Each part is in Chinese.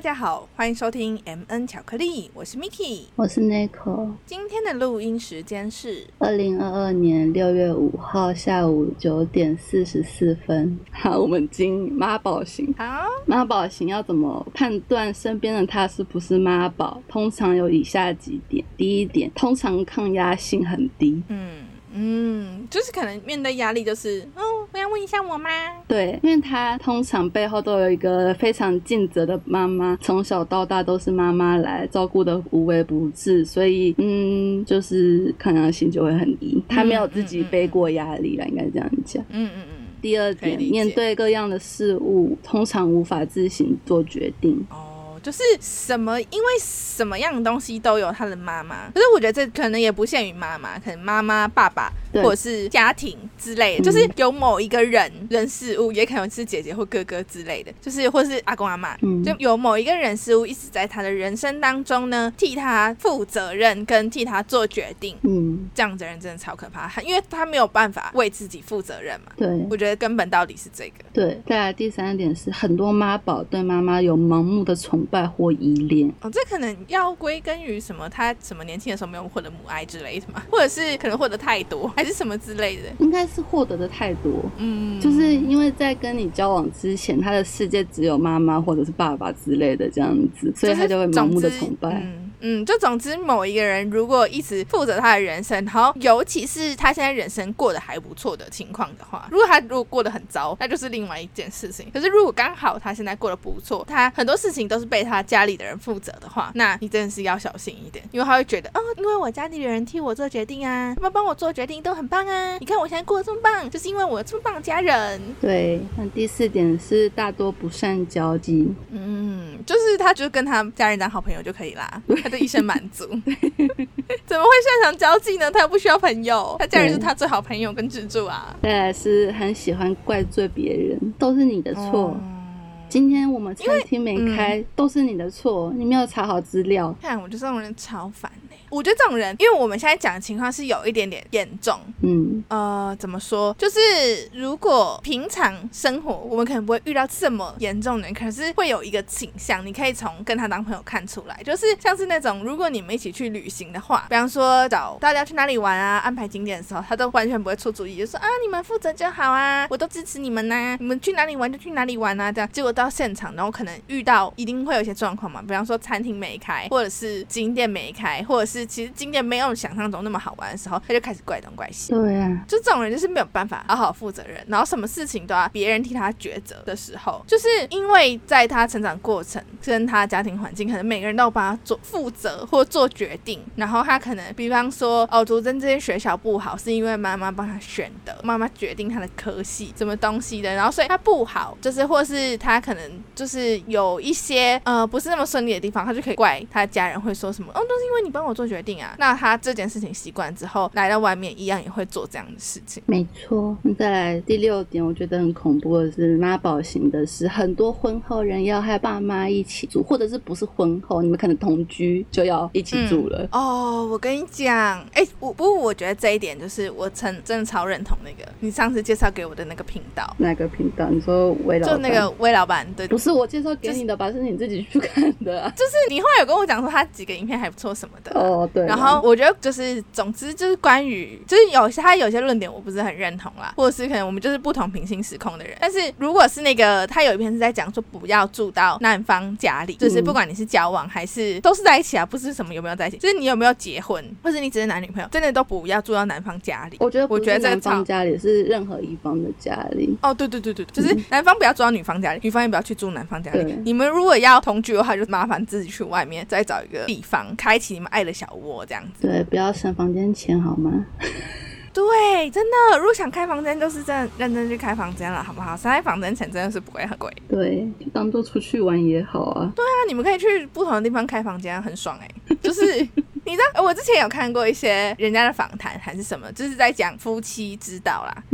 家好，欢迎收听 MN 巧克力，我是 Miki， 我是 Nico。 今天的录音时间是 2022年6月5号下午9点44分。好，我们进妈宝型。 好， 妈宝型要怎么判断身边的他是不是妈宝？通常有以下几点。第一点，通常抗压性很低。 就是可能面对压力就是我要问一下我妈。 对，因为他通常背后都有一个非常尽责的妈妈，从小到大都是妈妈来照顾的无微不至，所以就是抗压性就会很低，他没有自己背过压力啦，应该这样讲。第二点，面对各样的事物通常无法自行做决定。 就是因为什么样的东西都有他的妈妈，可是我觉得这可能也不限于妈妈，可能妈妈、爸爸或者是家庭之类的，就是有某一个人事物，也可能是姐姐或哥哥之类的，就是或是阿公阿嬷，就有某一个人事物一直在他的人生当中呢，替他负责任跟替他做决定。这样的人真的超可怕，因为他没有办法为自己负责任嘛。 对， 我觉得根本到底是这个。 对，再来第三点是，很多妈宝对妈妈有盲目的崇拜或依恋。 这可能要归根于什么？他什么年轻的时候没有获得母爱之类的嘛，或者是可能获得太多，还是什么之类的？ 应该是获得的太多。就是因为在跟你交往之前，他的世界只有妈妈或者是爸爸之类的这样子，所以他就会盲目的崇拜。 就总之某一个人如果一直负责他的人生，然后尤其是他现在人生过得还不错的情况的话，如果过得很糟，那就是另外一件事情。可是如果刚好他现在过得不错，他很多事情都是被他家里的人负责的话，那你真的是要小心一点，因为他会觉得因为我家里的人替我做决定啊，他们帮我做决定都很棒啊，你看我现在过得这么棒，就是因为我有这么棒的家人。对， 那第四点是大多不善交际。 就是他就跟他家人当好朋友就可以啦，他就一生满足。怎么会擅长交际呢？他又不需要朋友，他家人是他最好朋友跟支柱啊。 再来是很喜欢怪罪别人，都是你的错。今天我们餐厅没开，都是你的错，你没有查好资料。 看，我觉得这种人超烦的。我觉得这种人，因为我们现在讲的情况是有一点点严重。怎么说？就是如果平常生活我们可能不会遇到这么严重的人，可是会有一个倾向，你可以从跟他当朋友看出来，就是像是那种如果你们一起去旅行的话，比方说找大家去哪里玩啊，安排景点的时候，他都完全不会出主意，就说你们负责就好啊，我都支持你们啊，你们去哪里玩就去哪里玩啊，这样。结果到现场，然后可能遇到一定会有一些状况嘛，比方说餐厅没开，或者是景点没开，或者是其实景点没有想象中那么好玩的时候，他就开始怪东怪西。 对啊， 就这种人就是没有办法好好负责任，然后什么事情都要别人替他抉择的时候，就是因为在他成长过程跟他家庭环境，可能每个人都有帮他做负责或做决定，然后他可能比方说竹珍这间学校不好，是因为妈妈帮他选的，妈妈决定他的科系什么东西的，然后所以他不好，就是或是他可能就是有一些不是那么顺利的地方，他就可以怪他的家人，会说什么都是因为你帮我做决定啊。那他这件事情习惯之后，来到外面一样也会做这样的事情。 没错。再来第6点，我觉得很恐怖的是妈宝型的是，很多婚后人要和爸妈一起住，或者是不是婚后，你们可能同居就要一起住了。 我跟你讲，不过我觉得这一点就是我真的超认同那个你上次介绍给我的那个频道。 哪个频道？你说魏老板？ 就那个魏老板。对， 不是我介绍给你的吧，是你自己去看的啊。 就是你后来有跟我讲说他几个影片还不错什么的。 对。 然后我觉得就是总之就是关于就是他有些论点我不是很认同啦，或者是可能我们就是不同平行时空的人。但是如果是那个他有一篇是在讲说不要住到男方家里，就是不管你是交往还是都是在一起啊，不是什么有没有在一起，就是你有没有结婚或是你只是男女朋友，真的都不要住到男方家里。 我觉得不是男方家里，是任何一方的家里。 对，就是男方不要住到女方家里，女方也不要去住男方家里。你们如果要同居的话，就麻烦自己去外面再找一个地方，开启你们爱的小窝这样子。 对，不要省房间钱好吗？ 对，真的，如果想开房间，就是真的认真去开房间了，好不好？省房间钱真的是不会很贵。 对，就当做出去玩也好啊。 对啊，你们可以去不同的地方开房间，很爽就是你知道，我之前有看过一些人家的访谈还是什么，就是在讲夫妻之道啦。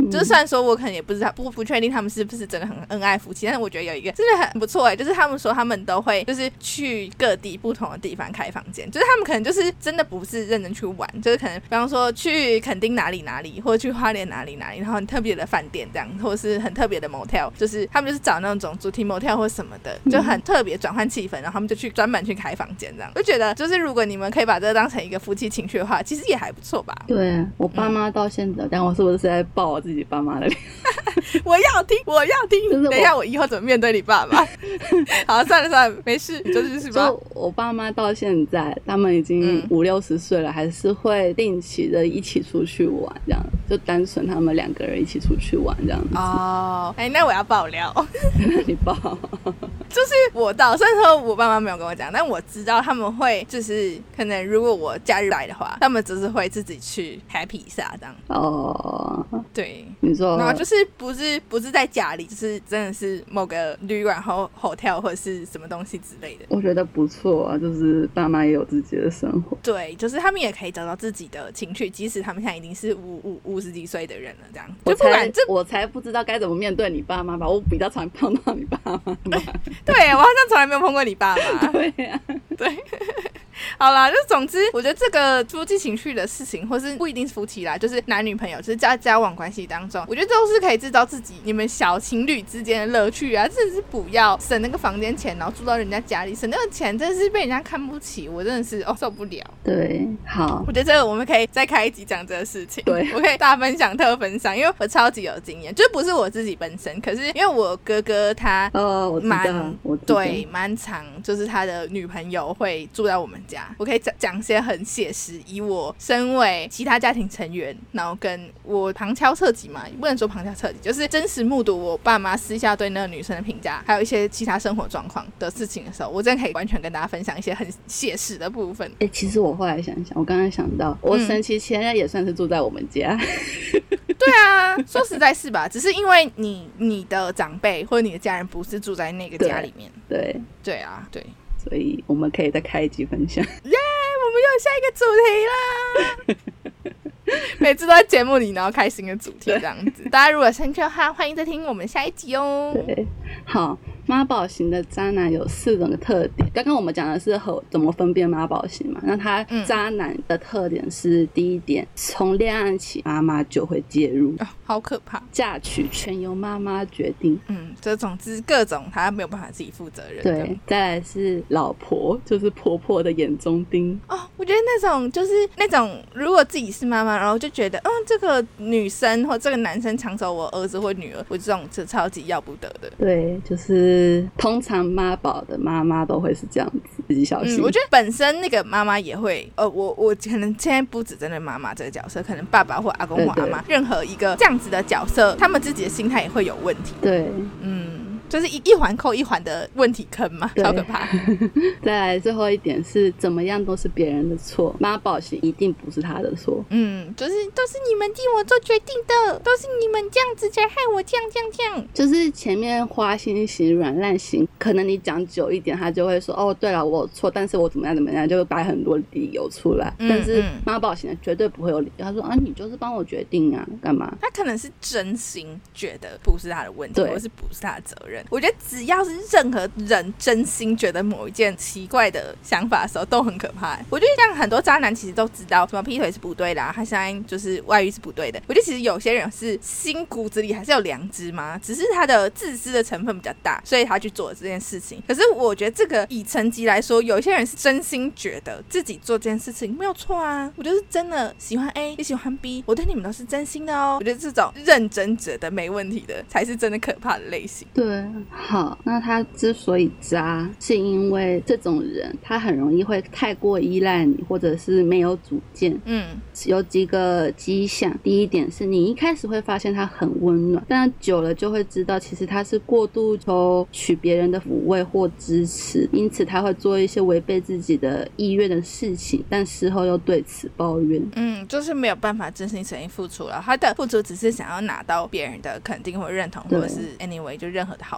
就虽然说我可能也不知道不确定他们是不是真的很恩爱夫妻，但是我觉得有一个真的很不错就是他们说他们都会就是去各地不同的地方开房间，就是他们可能就是真的不是认真去玩，就是可能比方说去垦丁哪里哪里，或者去花莲哪里哪里，然后很特别的饭店这样，或者是很特别的 motel， 就是他们就是找那种主题 motel 或什么的，就很特别转换气氛，然后他们就去专门去开房间这样，就觉得就是如果你们可以把这个当成一个夫妻情趣的话，其实也还不错吧。 对，我爸妈到现在，但我是不是在爆我自己爸妈的脸？ 我要听，等一下我以后怎么面对你爸妈？好，算了，没事，就是吧。 就我爸妈到现在，他们已经50-60岁了，还是会定期的一起出去玩，这样就单纯他们2个人一起出去玩这样子。 哦，那我要爆料。 你爆。 就是我到，虽然说我爸妈没有跟我讲，但我知道他们会，就是可能如果我假日来的话，他们只是会自己去 happy 一下这样。 哦， 对， 你说， 然后就是不是在家里，就是真的是某个旅馆或 hotel 或者是什么东西之类的。 我觉得不错啊，就是爸妈也有自己的生活。 对，就是他们也可以找到自己的情趣，即使他们现在已经是50几岁的人了，这样。就不管我才不知道该怎么面对你爸妈吧，我比较常碰到你爸妈。 对，我好像从来没有碰过你爸妈。 对呀， 对。好啦，就总之我觉得这个夫妻情趣的事情，或是不一定是夫妻啦，就是男女朋友，就是交往关系当中，我觉得都是可以制造自己你们小情侣之间的乐趣啊，真的是不要省那个房间钱，然后住到人家家里，省那个钱真的是被人家看不起，我真的是受不了。 对，好， 我觉得这个我们可以再开一集讲这个事情。 对， 我可以大分享特分享，因为我超级有经验，就不是我自己本身，可是因为我哥哥他蛮常，就是他的女朋友会住在我们家，我可以讲些很写实，以我身为其他家庭成员，然后跟我旁敲侧击嘛，也不能说旁敲侧击，就是真实目睹我爸妈私下对那个女生的评价，还有一些其他生活状况的事情的时候，我真的可以完全跟大家分享一些很写实的部分。 其实我后来想想，我刚刚想到，我神奇前任也算是住在我们家。 对啊，说实在是吧，只是因为你的长辈或者你的家人不是住在那个家里面。对啊，对， 所以我们可以再开一集分享。 耶，我们又有下一个主题啦！每次都在节目里，然后开新的主题这样子。大家如果有兴趣的话，欢迎再听我们下一集哦。 对，好。妈宝型的渣男有4种特点，刚刚我们讲的是怎么分辨妈宝型嘛，那他渣男的特点是第一点，从恋爱起妈妈就会介入， 好可怕， 嫁娶全由妈妈决定， 这总之各种他没有办法自己负责任。 对，再来是老婆，就是婆婆的眼中钉。 我觉得那种就是那种如果自己是妈妈，然后就觉得这个女生或这个男生抢走我儿子或女儿，我这种是超级要不得的。 对，就是通常妈宝的妈妈都会是这样子，自己小心。 我觉得本身那个妈妈也会，我可能现在不止针对妈妈这个角色，可能爸爸或阿公或阿妈，任何一个这样子的角色，他们自己的心态也会有问题。 对， 就是一环扣一环的问题坑嘛，超可怕。 再来最后一点是怎么样都是别人的错，妈宝型一定不是他的错。 就是都是你们替我做决定的，都是你们这样子才害我这样。 就是前面花心型、软烂型，可能你讲久一点，他就会说对了，我有错，但是我怎么样，就会摆很多理由出来。但是妈宝型的绝对不会有理由，他说你就是帮我决定啊，干嘛？ 他可能是真心觉得不是他的问题，或是不是他的责任。我觉得只要是任何人真心觉得某一件奇怪的想法的时候，都很可怕。我觉得像很多渣男其实都知道什么劈腿是不对的，他现在就是外遇是不对的。我觉得其实有些人是心骨子里还是有良知嘛，只是他的自私的成分比较大，所以他去做这件事情。可是我觉得这个以成绩来说，有一些人是真心觉得自己做这件事情没有错啊，我就是真的喜欢 A 也喜欢 B， 我对你们都是真心的哦。我觉得这种认真觉得没问题的才是真的可怕的类型。 对，好，那他之所以渣，是因为这种人他很容易会太过依赖你，或者是没有主见。有几个迹象，第一点是你一开始会发现他很温暖，但久了就会知道其实他是过度求取别人的抚慰或支持，因此他会做一些违背自己的意愿的事情，但事后又对此抱怨。 就是没有办法真心诚意付出了，他的付出只是想要拿到别人的肯定或认同，或者是 anyway 就任何的好处。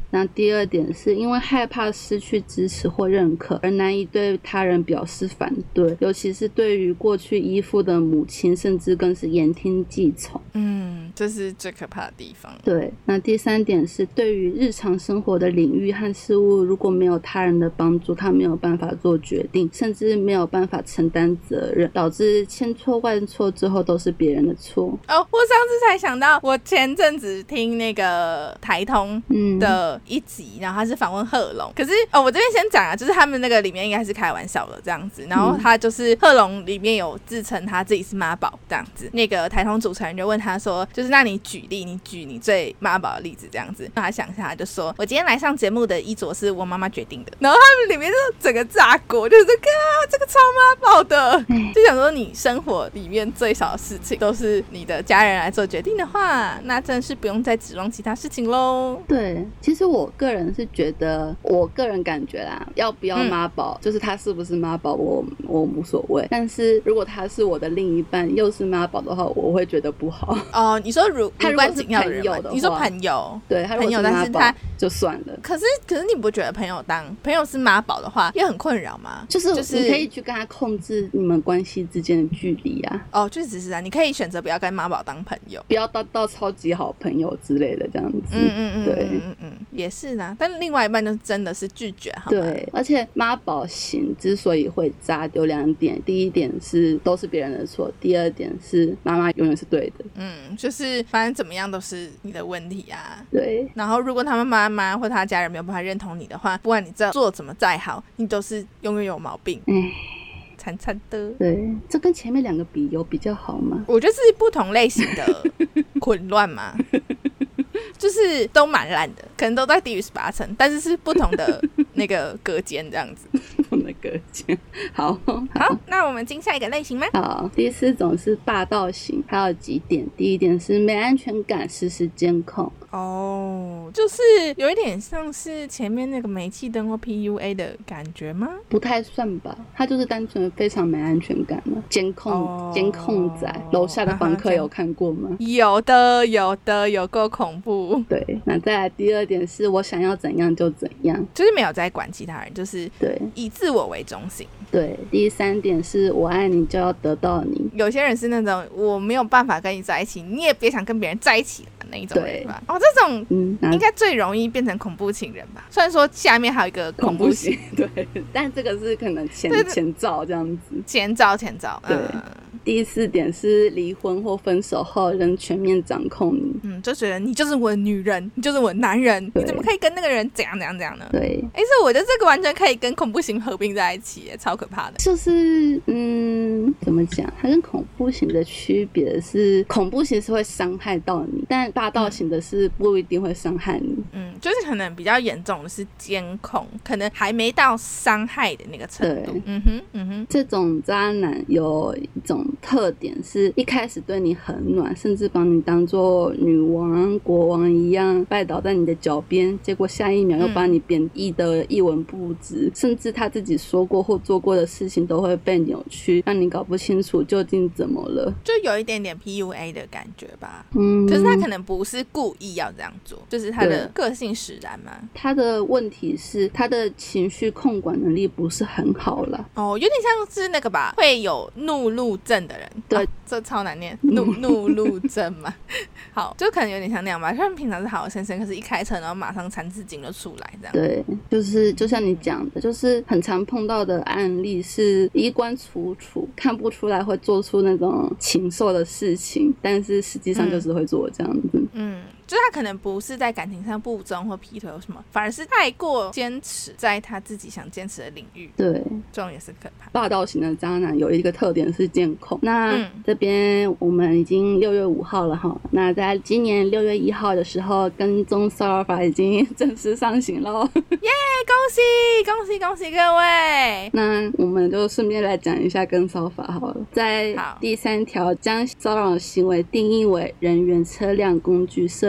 那第二点是因为害怕失去支持或认可而难以对他人表示反对，尤其是对于过去依附的母亲，甚至更是言听计从。 这是最可怕的地方。 对，那第三点是对于日常生活的领域和事物，如果没有他人的帮助，他没有办法做决定，甚至没有办法承担责任，导致千错万错之后都是别人的错。 我上次才想到，我前阵子听那个台通的一集，然后他是访问贺龙，可是我这边先讲啊，就是他们那个里面应该是开玩笑的这样子，然后他就是贺龙里面有自称他自己是妈宝这样子，那个台通主持人就问他说，就是那你举例，你举你最妈宝的例子这样子，那他想一下，他就说我今天来上节目的衣着是我妈妈决定的，然后他们里面就整个炸锅，就是这个超妈宝的，就想说你生活里面最少的事情都是你的家人来做决定的话，那真的是不用再指望其他事情咯。 对，其实我个人是觉得，我个人感觉啦，要不要妈宝，就是他是不是妈宝我无所谓，但是如果他是我的另一半又是妈宝的话，我会觉得不好。 你说无关紧要的人吗？ 你说朋友， 对，他如果是妈宝就算了。 可是你不觉得朋友是妈宝的话也很困扰吗？ 就是你可以去跟他控制你们关系之间的距离啊。 就只是你可以选择不要跟妈宝当朋友， 不要到超级好朋友之类的这样子。对， 也是啦。但另外一半就真的是拒绝，好吗？ 对，而且妈宝型之所以会渣，有两点，第一点是都是别人的错，第二点是妈妈永远是对的。 就是反正怎么样都是你的问题啊。 对。 然后如果他们妈妈或他家人没有办法认同你的话，不管你做怎么再好，你都是永远有毛病。惨惨的。 对，这跟前面两个比有比较好吗？ 我觉得是不同类型的混乱嘛。就是都蛮烂的，可能都在低于18层，但是是不同的那个隔间这样子。 不同的隔间。好， 那我们进下一个类型吗？ 好，第4种是霸道型，还有几点。第一点是没安全感，时时监控。 就是有一点像是前面那个煤气灯或 PUA 的感觉吗？ 不太算吧，他就是单纯的非常没安全感了。监控仔，楼下的房客有看过吗？ 有的，有够恐怖。 对，那再来第2点是我想要怎样就怎样， 就是没有在管其他人，就是对以自我为中心。 对，第3点是我爱你就要得到你。 有些人是那种我没有办法跟你在一起，你也别想跟别人在一起的那一种人吧。这种应该最容易变成恐怖情人吧。虽然说下面还有一个恐怖型， 对，但这个是可能前兆这样子。 前兆。 对。第4点是离婚或分手后仍全面掌控你。 就觉得你就是我的女人，你就是我的男人，你怎么可以跟那个人怎样呢？ 对。 所以我觉得这个完全可以跟恐怖型合并在一起耶，超可怕的。 就是怎么讲？它跟恐怖型的区别是，恐怖型是会伤害到你，但霸道型的是不一定会伤害你。 就是可能比较严重的是监控，可能还没到伤害的那个程度。 这种渣男有一种特点是一开始对你很暖，甚至把你当作女王国王一样拜倒在你的脚边，结果下一秒又把你贬义的一文不值，甚至他自己说过或做过的事情都会被扭曲，让你搞不清楚究竟怎么了， 就有一点点 PUA 的感觉吧。就是他可能不是故意要这样做，就是他的个性使然嘛。 他的问题是他的情绪控管能力不是很好啦。 有点像是那个吧，会有怒路症的人。 对， 这超难念，怒路症嘛。好，就可能有点像那样吧。他们平常是好先生，可是一开车然后马上3字经就出来这样。 对，就像你讲的，就是很常碰到的案例是衣冠楚楚，看不出来会做出那种禽兽的事情，但是实际上就是会做这样子。 就是他可能不是在感情上不忠或劈腿或什么，反而是太过坚持在他自己想坚持的领域。 对， 这种也是可怕。 霸道型的渣男有一个特点是监控。那这边我们已经6月5号了哈，那在今年6月1号的时候，跟踪骚扰法已经正式上行咯。 耶！恭喜各位！ 那我们就顺便来讲一下跟骚法好了。在第3条，将骚扰行为定义为人员、车辆、工具、设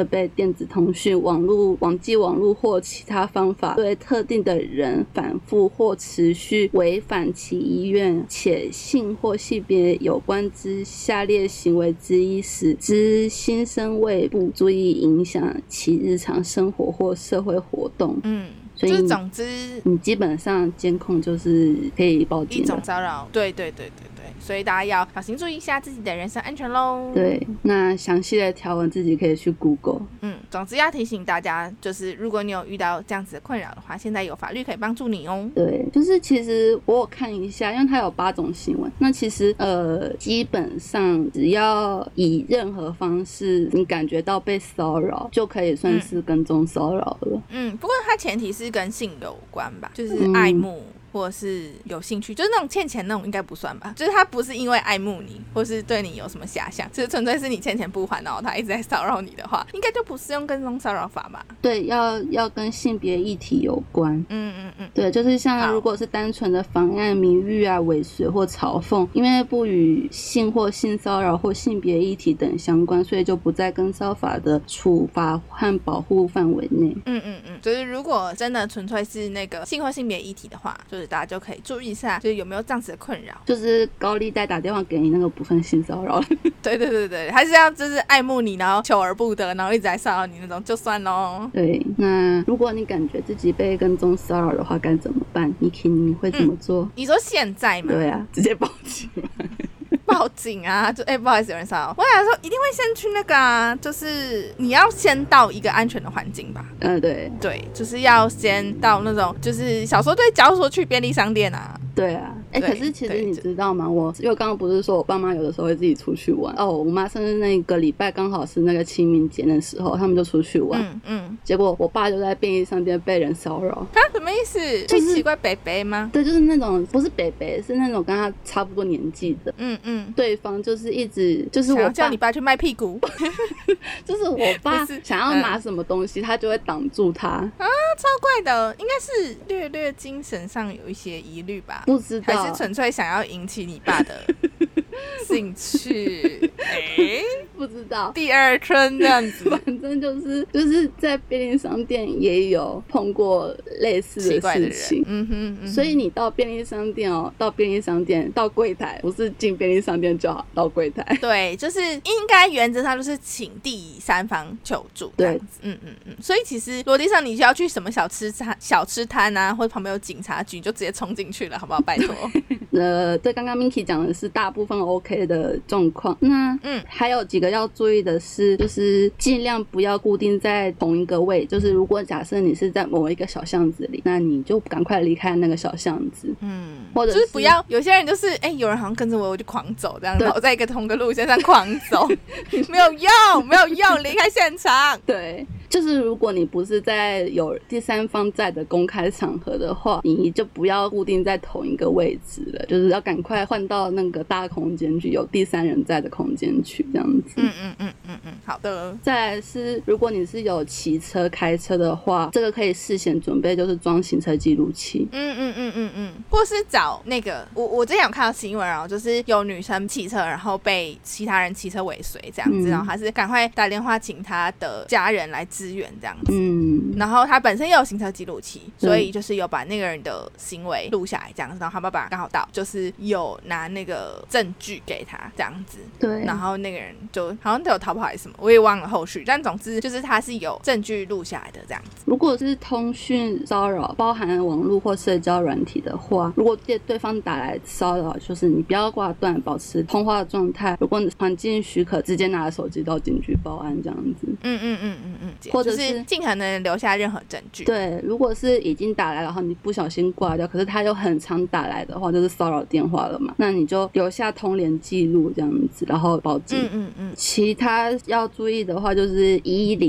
备、电子通讯、网际网络或其他方法对特定的人反复或持续违反其意愿且性或性别有关之下列行为之一使之心生畏怖，足以影响其日常生活或社会活动。所以就是总之你基本上监控就是可以报警的一种骚扰。对，所以大家要小心注意一下自己的人身安全咯。 对，那详细的条文自己可以去 Google。 总之要提醒大家，就是如果你有遇到这样子的困扰的话，现在有法律可以帮助你哦。 对，就是其实我有看一下，因为它有8种行为，那其实基本上只要以任何方式你感觉到被骚扰，就可以算是跟踪骚扰了。 不过它前提是跟性有关吧，就是爱慕。或者是有兴趣，就是那种欠钱那种应该不算吧，就是他不是因为爱慕你或是对你有什么遐想，就是纯粹是你欠钱不还，然后他一直在骚扰你的话，应该就不适用跟踪骚扰法吧。 对，要跟性别议题有关。对，就是像如果是单纯的妨碍名誉啊、尾随或嘲讽，因为不与性或性骚扰或性别议题等相关，所以就不在跟骚法的处罚和保护范围内。 就是如果真的纯粹是那个性或性别议题的话，就是大家就可以注意一下，就是有没有这样子的困扰。 就是高利贷打电话给你那个不算性骚扰。 对，还是要就是爱慕你，然后求而不得，然后一直在骚扰你那种就算咯。 对，那如果你感觉自己被跟踪骚扰的话该怎么办？你会怎么做？ 你说现在吗？ 对啊，直接报警。 报警啊！就不好意思，有人骚扰。我想说，一定会先去那个啊，就是你要先到一个安全的环境吧。 对， 就是要先到那种，就是小时候对假如说去便利商店啊。 对啊，可是其实你知道吗？因为刚刚不是说我爸妈有的时候会自己出去玩我妈生日那个礼拜刚好是那个清明节的时候，他们就出去玩。结果我爸就在便利商店被人骚扰。 什么意思？就是奇怪北北吗？ 对，就是那种不是北北，是那种跟他差不多年纪的。对方就是一直就是我爸叫你爸去卖屁股。 就是我爸想要拿什么东西，他就会挡住他超怪的，应该是略精神上有一些疑虑吧。 不知道， 还是纯粹想要引起你爸的兴趣。 不知道第二春这样子。 反正就是在便利商店也有碰过类似的事情。所以你到便利商店到柜台，不是进便利商店就好，到柜台。 对，就是应该原则上就是请第三方求助这样子。所以其实逻辑上你就要去什么小吃摊啊，或者旁边有警察局，就直接冲进去了，好不好？拜托。 对，刚刚 Minky 讲的是大部分 OK 的状况。那还有几个要注意的是，就是尽量不要固定在同一个位，就是如果假设你是在某一个小巷子里，那你就赶快离开那个小巷子。或者就是不要有些人就是有人好像跟着我就狂走这样，然后在同个路线上狂走。没有用，离开现场。 对，就是如果你不是在有第三方在的公开场合的话，你就不要固定在同一个位置了，就是要赶快换到那个大空间去，有第三人在的空间去这样子。 好的。 再来是，如果你是有骑车开车的话，这个可以事先准备，就是装行车记录器。 或是找那个我之前有看到新闻，然后就是有女生骑车，然后被其他人骑车尾随这样子，然后还是赶快打电话请她的家人来支援这样子。然后她本身也有行车记录器，所以就是有把那个人的行为录下来这样子，然后她爸爸刚好到，就是有拿那个证据给他这样子。 对， 然后那个人就好像都有逃跑还是什么，我也忘了后续，但总之就是他是有证据录下来的这样子。 如果是通讯骚扰包含网络或社交软体的话，如果对方打来骚扰，就是你不要挂断，保持通话的状态，如果你环境许可，直接拿手机到警局报案这样子。 或者是尽可能留下任何证据。 对，如果是已经打来然后你不小心挂掉，可是他又很常打来的话，就是骚扰电话了嘛，那你就留下通联记录这样子，然后报警。其他要注意的话就是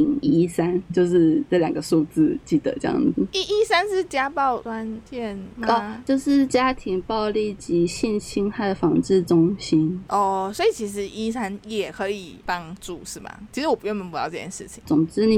1013，就是这2个数字记得这样子。 113是家暴专线吗？ 就是家庭暴力及性侵害防治中心。 所以其实113也可以帮助是吗？其实我原本不知道这件事情。 总之你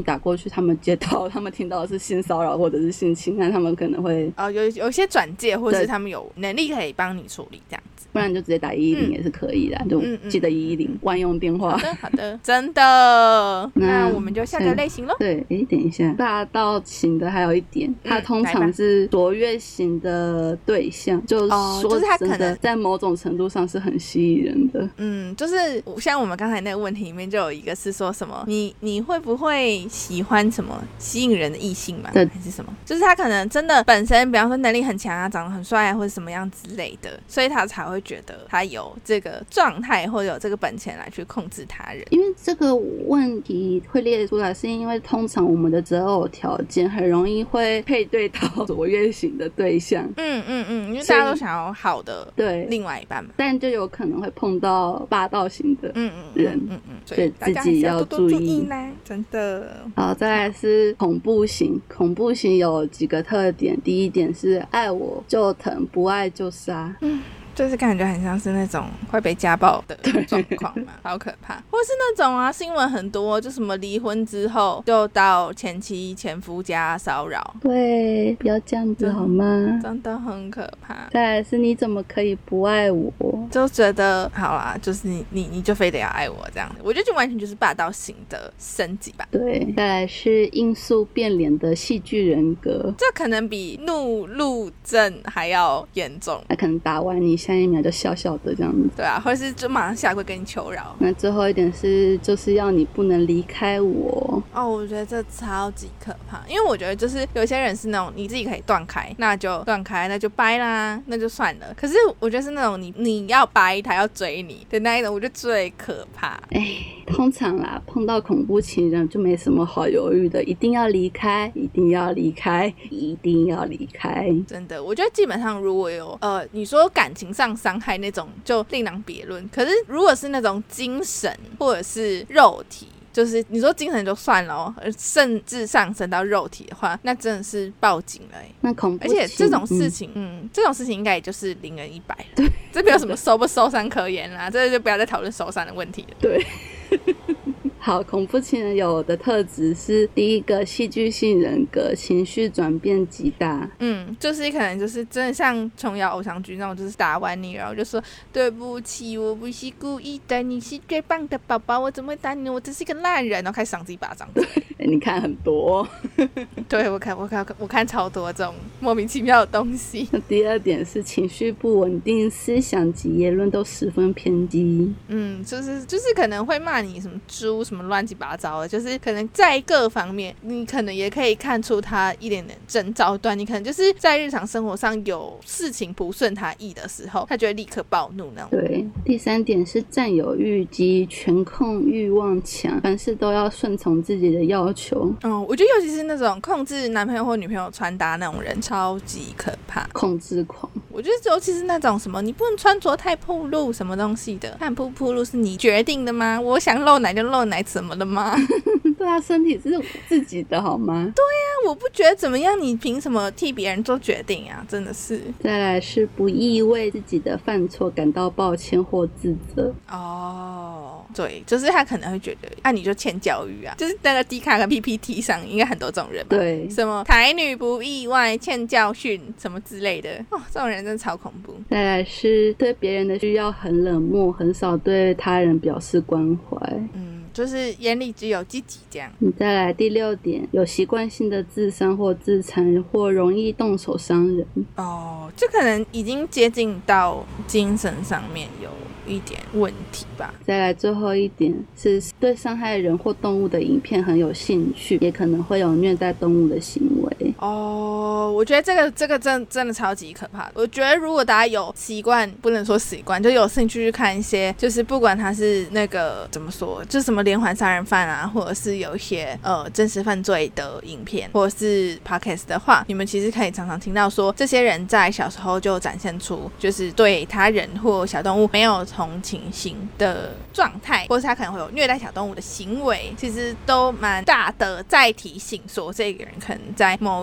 打过去，他们接到他们听到的是性骚扰或者是性侵害，他们可能会有些转介，或者是他们有能力可以帮你处理这样子， 不然就直接打110也是可以的，就记得110万用电话。 好的，真的。那我们就下个类型咯。 对，等一下，霸道型的还有一点，它通常是卓越型的对象，就是说他可能在某种程度上是很吸引人的。 就是像我们刚才那个问题里面就有一个是说什么，你会不会喜欢什么吸引人的异性嘛？还是什么？就是他可能真的本身，比方说能力很强啊，长得很帅啊，或者什么样之类的，所以他才会觉得他有这个状态或者有这个本钱来去控制他人。 因为这个问题会列出来，是因为通常我们的择偶条件很容易会配对到卓越型的对象。 因为大家都想要好的另外一半嘛， 但就有可能会碰到霸道型的人， 所以自己要注意啦，真的。 好，再来是恐怖型。恐怖型有几个特点，第一点是爱我就疼，不爱就杀。 就是感觉很像是那种会被家暴的状况嘛，好可怕。或是那种啊，新闻很多，就什么离婚之后就到前妻前夫家骚扰。 对，不要这样子好吗？ 真的很可怕。 再来是你怎么可以不爱我？ 就觉得好啦，就是你就非得要爱我这样子，我觉得就完全就是霸道型的升级吧。 对，再来是因素变脸的戏剧人格， 这可能比怒路症还要严重。 他可能打完你下一秒就笑笑的这样子。 对啊，或者是就马上下跪跟你求饶。 那最后一点是就是要你不能离开我。 我觉得这超级可怕，因为我觉得就是有些人是那种你自己可以断开，那就断开，那就掰啦，那就算了。可是我觉得是那种你要掰他要追你的那一种，我觉得最可怕。 通常啦，碰到恐怖情人就没什么好犹豫的，一定要离开，一定要离开，一定要离开。 真的，我觉得基本上如果有你说感情上伤害那种就另当别论，可是如果是那种精神或者是肉体，就是你说精神就算了甚至上升到肉体的话，那真的是报警了那恐怖而且这种事情这种事情应该也就是0人100了。对，这没有什么受不受伤可言啦，这就不要再讨论受伤的问题了。 对好，恐怖情人有的特质是第一个戏剧性人格，情绪转变极大。 就是可能就是真的像琼瑶偶像剧那种，就是打完你然后就说对不起，我不是故意的，你是最棒的宝宝，我怎么会打你，我只是一个烂人，然后开始赏自己巴掌。 你看很多对，我看超多这种莫名其妙的东西。 那第二点是情绪不稳定，思想及言论都十分偏激。 就是可能会骂你什么猪什么乱七八糟的，就是可能在各方面你可能也可以看出他一点点征兆端，你可能就是在日常生活上有事情不顺他意的时候，他就会立刻暴怒那种。 对，第三点是占有欲及权控欲望强，凡事都要顺从自己的要求。 我觉得尤其是那种控制男朋友或女朋友穿搭那种人超级可怕， 控制狂。 我觉得尤其是那种什么你不能穿着太暴露什么东西的，看不暴露是你决定的吗？我想露奶就露奶怎么了吗？ 对啊，身体是自己的好吗？ 对啊，我不觉得怎么样，你凭什么替别人做决定啊？真的是。 再来是不易为自己的犯错感到抱歉或自责。 对，就是他可能会觉得你就欠教育啊，就是那个 D 卡跟 PPT 上应该很多这种人吧。 对， 什么台女不意外欠教训什么之类的，这种人真的超恐怖。 再来是对别人的需要很冷漠，很少对他人表示关怀。 就是眼里只有自己这样。 再来第6点，有习惯性的自伤或自残，或容易动手伤人。 这可能已经接近到精神上面有一点问题吧。 再来最后一点是对伤害人或动物的影片很有兴趣，也可能会有虐待动物的行为。 我觉得这个真的超级可怕的。我觉得如果大家有习惯，不能说习惯，就有兴趣去看一些，就是不管他是那个怎么说，就是什么连环杀人犯啊，或者是有一些真实犯罪的影片，或者是 podcast 的话，你们其实可以常常听到说，这些人在小时候就展现出就是对他人或小动物没有同情心的状态，或是他可能会有虐待小动物的行为，其实都蛮大的在提醒说，这个人可能在某一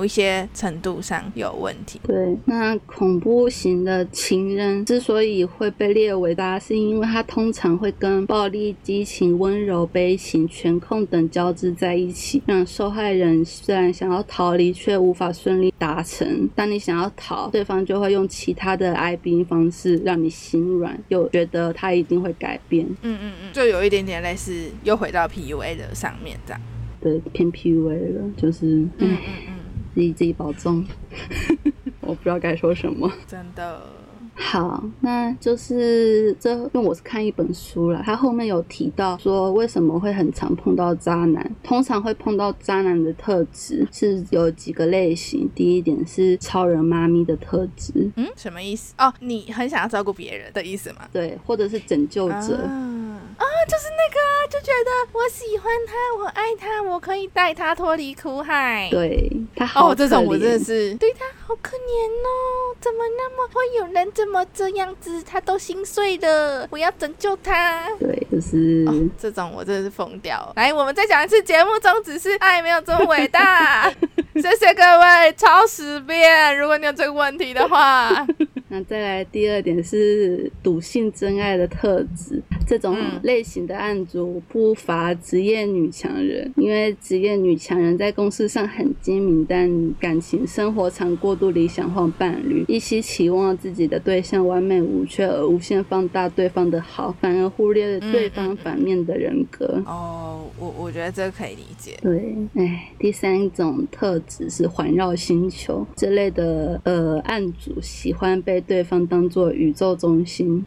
一些程度上有问题。 对，那恐怖型的情人之所以会被列为渣，是因为他通常会跟暴力、激情、温柔、悲情、权控等交织在一起，让受害人虽然想要逃离却无法顺利达成。当你想要逃，对方就会用其他的哀兵方式让你心软，又觉得他一定会改变。 就有一点点类似又回到 PUA 的上面这样。 对，偏 PUA 了，就是自己保重。我不知道该说什么， 真的。 好，那就是因为我是看一本书啦，它后面有提到说为什么会很常碰到渣男。通常会碰到渣男的特质是有几个类型。第一点是超人妈咪的特质。 什么意思？哦，你很想要照顾别人的意思吗？ 对，或者是拯救者。 就是那个就觉得我喜欢他，我爱他，我可以带他脱离苦海。 对，他好可怜。 这种我真的是对他好可怜哦，怎么那么会有人这么这样子，他都心碎了，我要拯救他。 对，就是这种我真的是疯掉。来，我们再讲一次，节目宗旨是爱没有这么伟大。谢谢各位，超10遍，如果你有这个问题的话。 那再来第二点是笃信真爱的特质。这种类型的案主不乏职业女强人，因为职业女强人在公事上很精明，但感情生活常过度理想化伴侣，一心期望自己的对象完美无缺，而无限放大对方的好，反而忽略了对方反面的人格。 我觉得这个可以理解。 对，第三种特质是环绕星球。这类的案主喜欢被对方当作宇宙中心。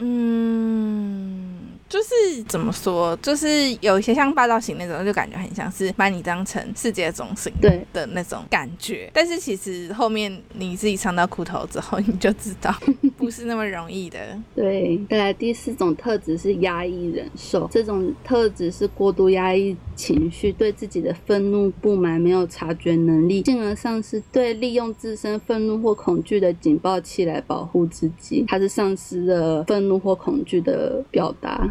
就是怎么说，就是有一些像霸道型那种，就感觉很像是把你当成世界中心的那种感觉。但是其实后面你自己尝到苦头之后，你就知道不是那么容易的。 对，再来第4种特质是压抑忍受。这种特质是过度压抑情绪，对自己的愤怒、不满没有察觉能力，进而丧失对利用自身愤怒或恐惧的警报器来保护自己。它是丧失了愤怒或恐惧的表达。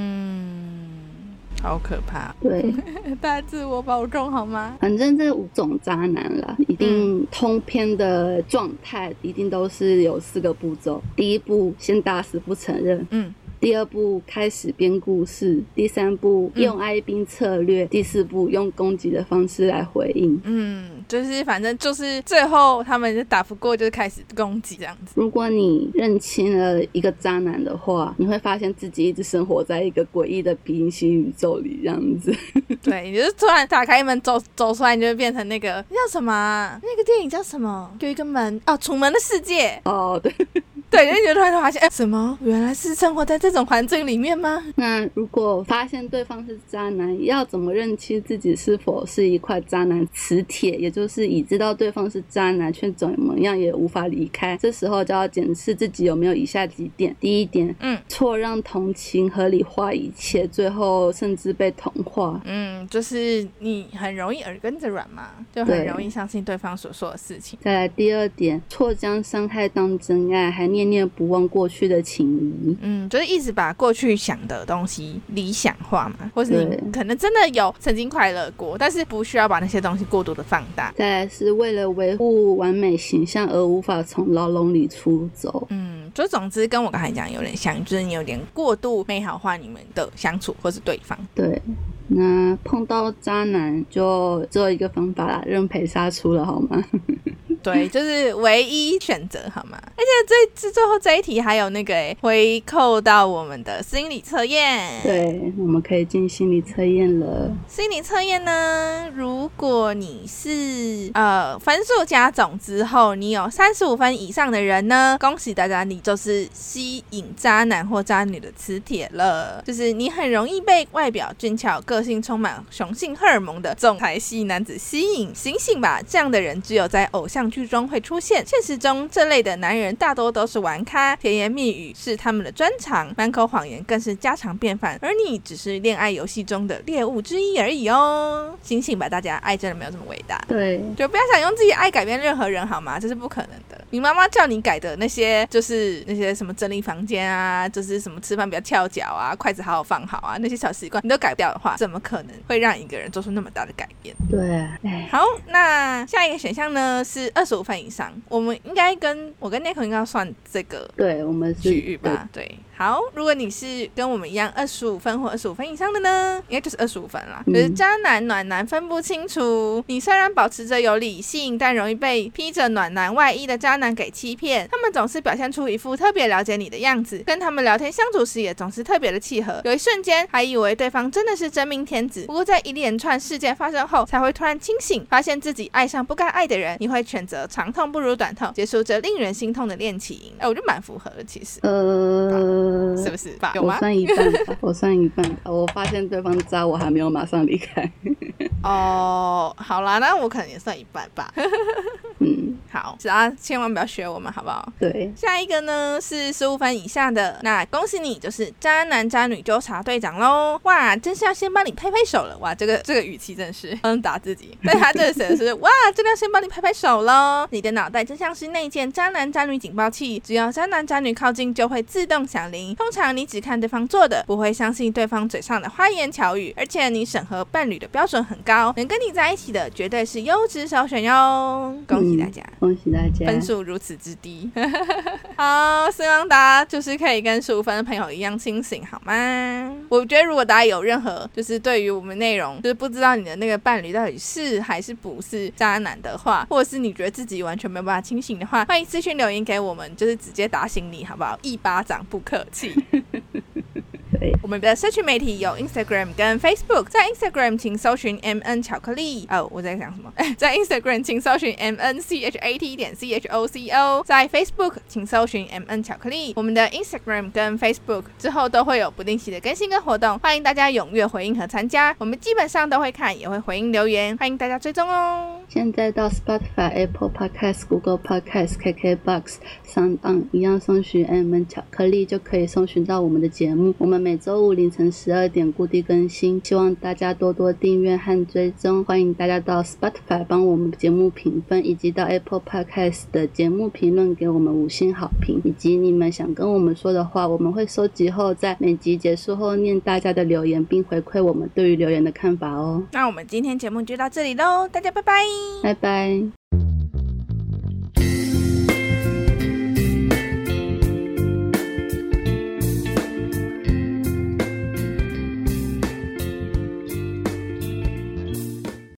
好可怕。 对， 大家自我保重好吗？ 反正这5种渣男啦，一定通篇的状态一定都是有4个步骤。第一步，先打死不承认。第2步，开始编故事。第3步，用哀兵策略。第4步，用攻击的方式来回应。 就是反正就是最后他们就打不过，就开始攻击这样子。 如果你认清了一个渣男的话，你会发现自己一直生活在一个诡异的平行宇宙里，这样子。对， 你就是突然打开一门走出来，你就会变成那个叫什么那个电影叫什么？有一个门楚门的世界。 对。 对，你就突然发现，什么？原来是生活在这种环境里面吗？ 那如果发现对方是渣男，要怎么认清自己是否是一块渣男磁铁？也就是已知道对方是渣男，却怎么样也无法离开。这时候就要检视自己有没有以下几点。第一点，错让同情合理化一切，最后甚至被同化。 就是你很容易耳根子软嘛，就很容易相信对方所说的事情。 再来第2点，错将伤害当真爱，还念念不忘过去的情谊。 就是一直把过去想的东西理想化嘛，或是你可能真的有曾经快乐过，但是不需要把那些东西过度的放大。 再来是为了维护完美形象而无法从牢笼里出走。 就总之跟我刚才讲有点像，就是你有点过度美好化你们的相处或是对方。对， 那碰到渣男就只有一个方法啦，认赔杀出了好吗？ 对，就是唯一选择好吗？而且最后这一题还有那个回扣到我们的心理测验。对， 我们可以进心理测验了。 心理测验呢，如果你是分数加总之后你有35分以上的人呢，恭喜大家，你就是吸引渣男或渣女的磁铁了。就是你很容易被外表俊俏、个性充满雄性荷尔蒙的总裁系男子吸引。醒醒吧，这样的人只有在偶像剧中会出现，现实中这类的男人大多都是玩咖，甜言蜜语是他们的专长，满口谎言更是家常便饭，而你只是恋爱游戏中的猎物之一而已哦。醒醒吧大家，爱真的没有这么伟大。 对， 就不要想用自己的爱改变任何人好吗？这是不可能的。你妈妈叫你改的那些，就是那些什么整理房间啊，就是什么吃饭不要翘脚啊，筷子好好放好啊，那些小习惯你都改不掉的话，怎么可能会让一个人做出那么大的改变？ 对， 好，那下一个选项呢是25分以上，我们应该我跟 Nico 应该要算这个对，我们是区域吧？对。好，如果你是跟我们一样25分或25分以上的呢，应该就是25分啦。就是渣男暖男分不清楚，你虽然保持着有理性，但容易被披着暖男外衣的渣男给欺骗。他们总是表现出一副特别了解你的样子，跟他们聊天相处时也总是特别的契合。有一瞬间还以为对方真的是真命天子，不过在一连串事件发生后，才会突然清醒，发现自己爱上不该爱的人。你会选择长痛不如短痛，结束这令人心痛的恋情。我觉得蛮符合的，其实。是不是吧？有吗？ 我算一半吧，我算一半。我发现对方渣，我还没有马上离开。 哦，好啦，那我可能也算一半吧。好，只要千万不要学我们，好不好？ 对。 下一个呢是15分以下的，那恭喜你，就是渣男渣女纠察队长咯。哇，真是要先帮你拍拍手了。哇，这个语气真的是打自己。但他这个写的是哇，真的要先帮你拍拍手咯。你的脑袋就像是那件渣男渣女警报器，只要渣男渣女靠近就会自动响铃。通常你只看对方做的，不会相信对方嘴上的花言巧语，而且你审核伴侣的标准很高，能跟你在一起的绝对是优质首选哟。恭喜大家， 恭喜大家， 分数如此之低。好，希望大家就是可以跟15分的朋友一样清醒，好吗？我觉得如果大家有任何就是对于我们内容就是不知道你的那个伴侣到底是还是不是渣男的话，或者是你觉得自己完全没有办法清醒的话，欢迎私讯留言给我们，就是直接打醒你，好不好？一巴掌不客气。我们的社群媒体有 Instagram 跟 Facebook， 在 Instagram 请搜寻 MN 巧克力。我在讲什么？在 Instagram 请搜寻 MNCHAT.CHOCO， 在 Facebook 请搜寻 MN 巧克力。我们的 Instagram 跟 Facebook 之后都会有不定期的更新跟活动，欢迎大家踊跃回应和参加，我们基本上都会看，也会回应留言，欢迎大家追踪哦。 现在到 Spotify、Apple Podcast、Google Podcast、KKBox、SoundOn 一样搜寻 MN 巧克力就可以搜寻到我们的节目。我们每周五凌晨12点固定更新，希望大家多多订阅和追踪。欢迎大家到 Spotify 帮我们节目评分，以及到 Apple Podcast 的节目评论给我们5星好评，以及你们想跟我们说的话，我们会收集后在每集结束后念大家的留言，并回馈我们对于留言的看法哦。 那我们今天节目就到这里咯，大家拜拜， 拜拜。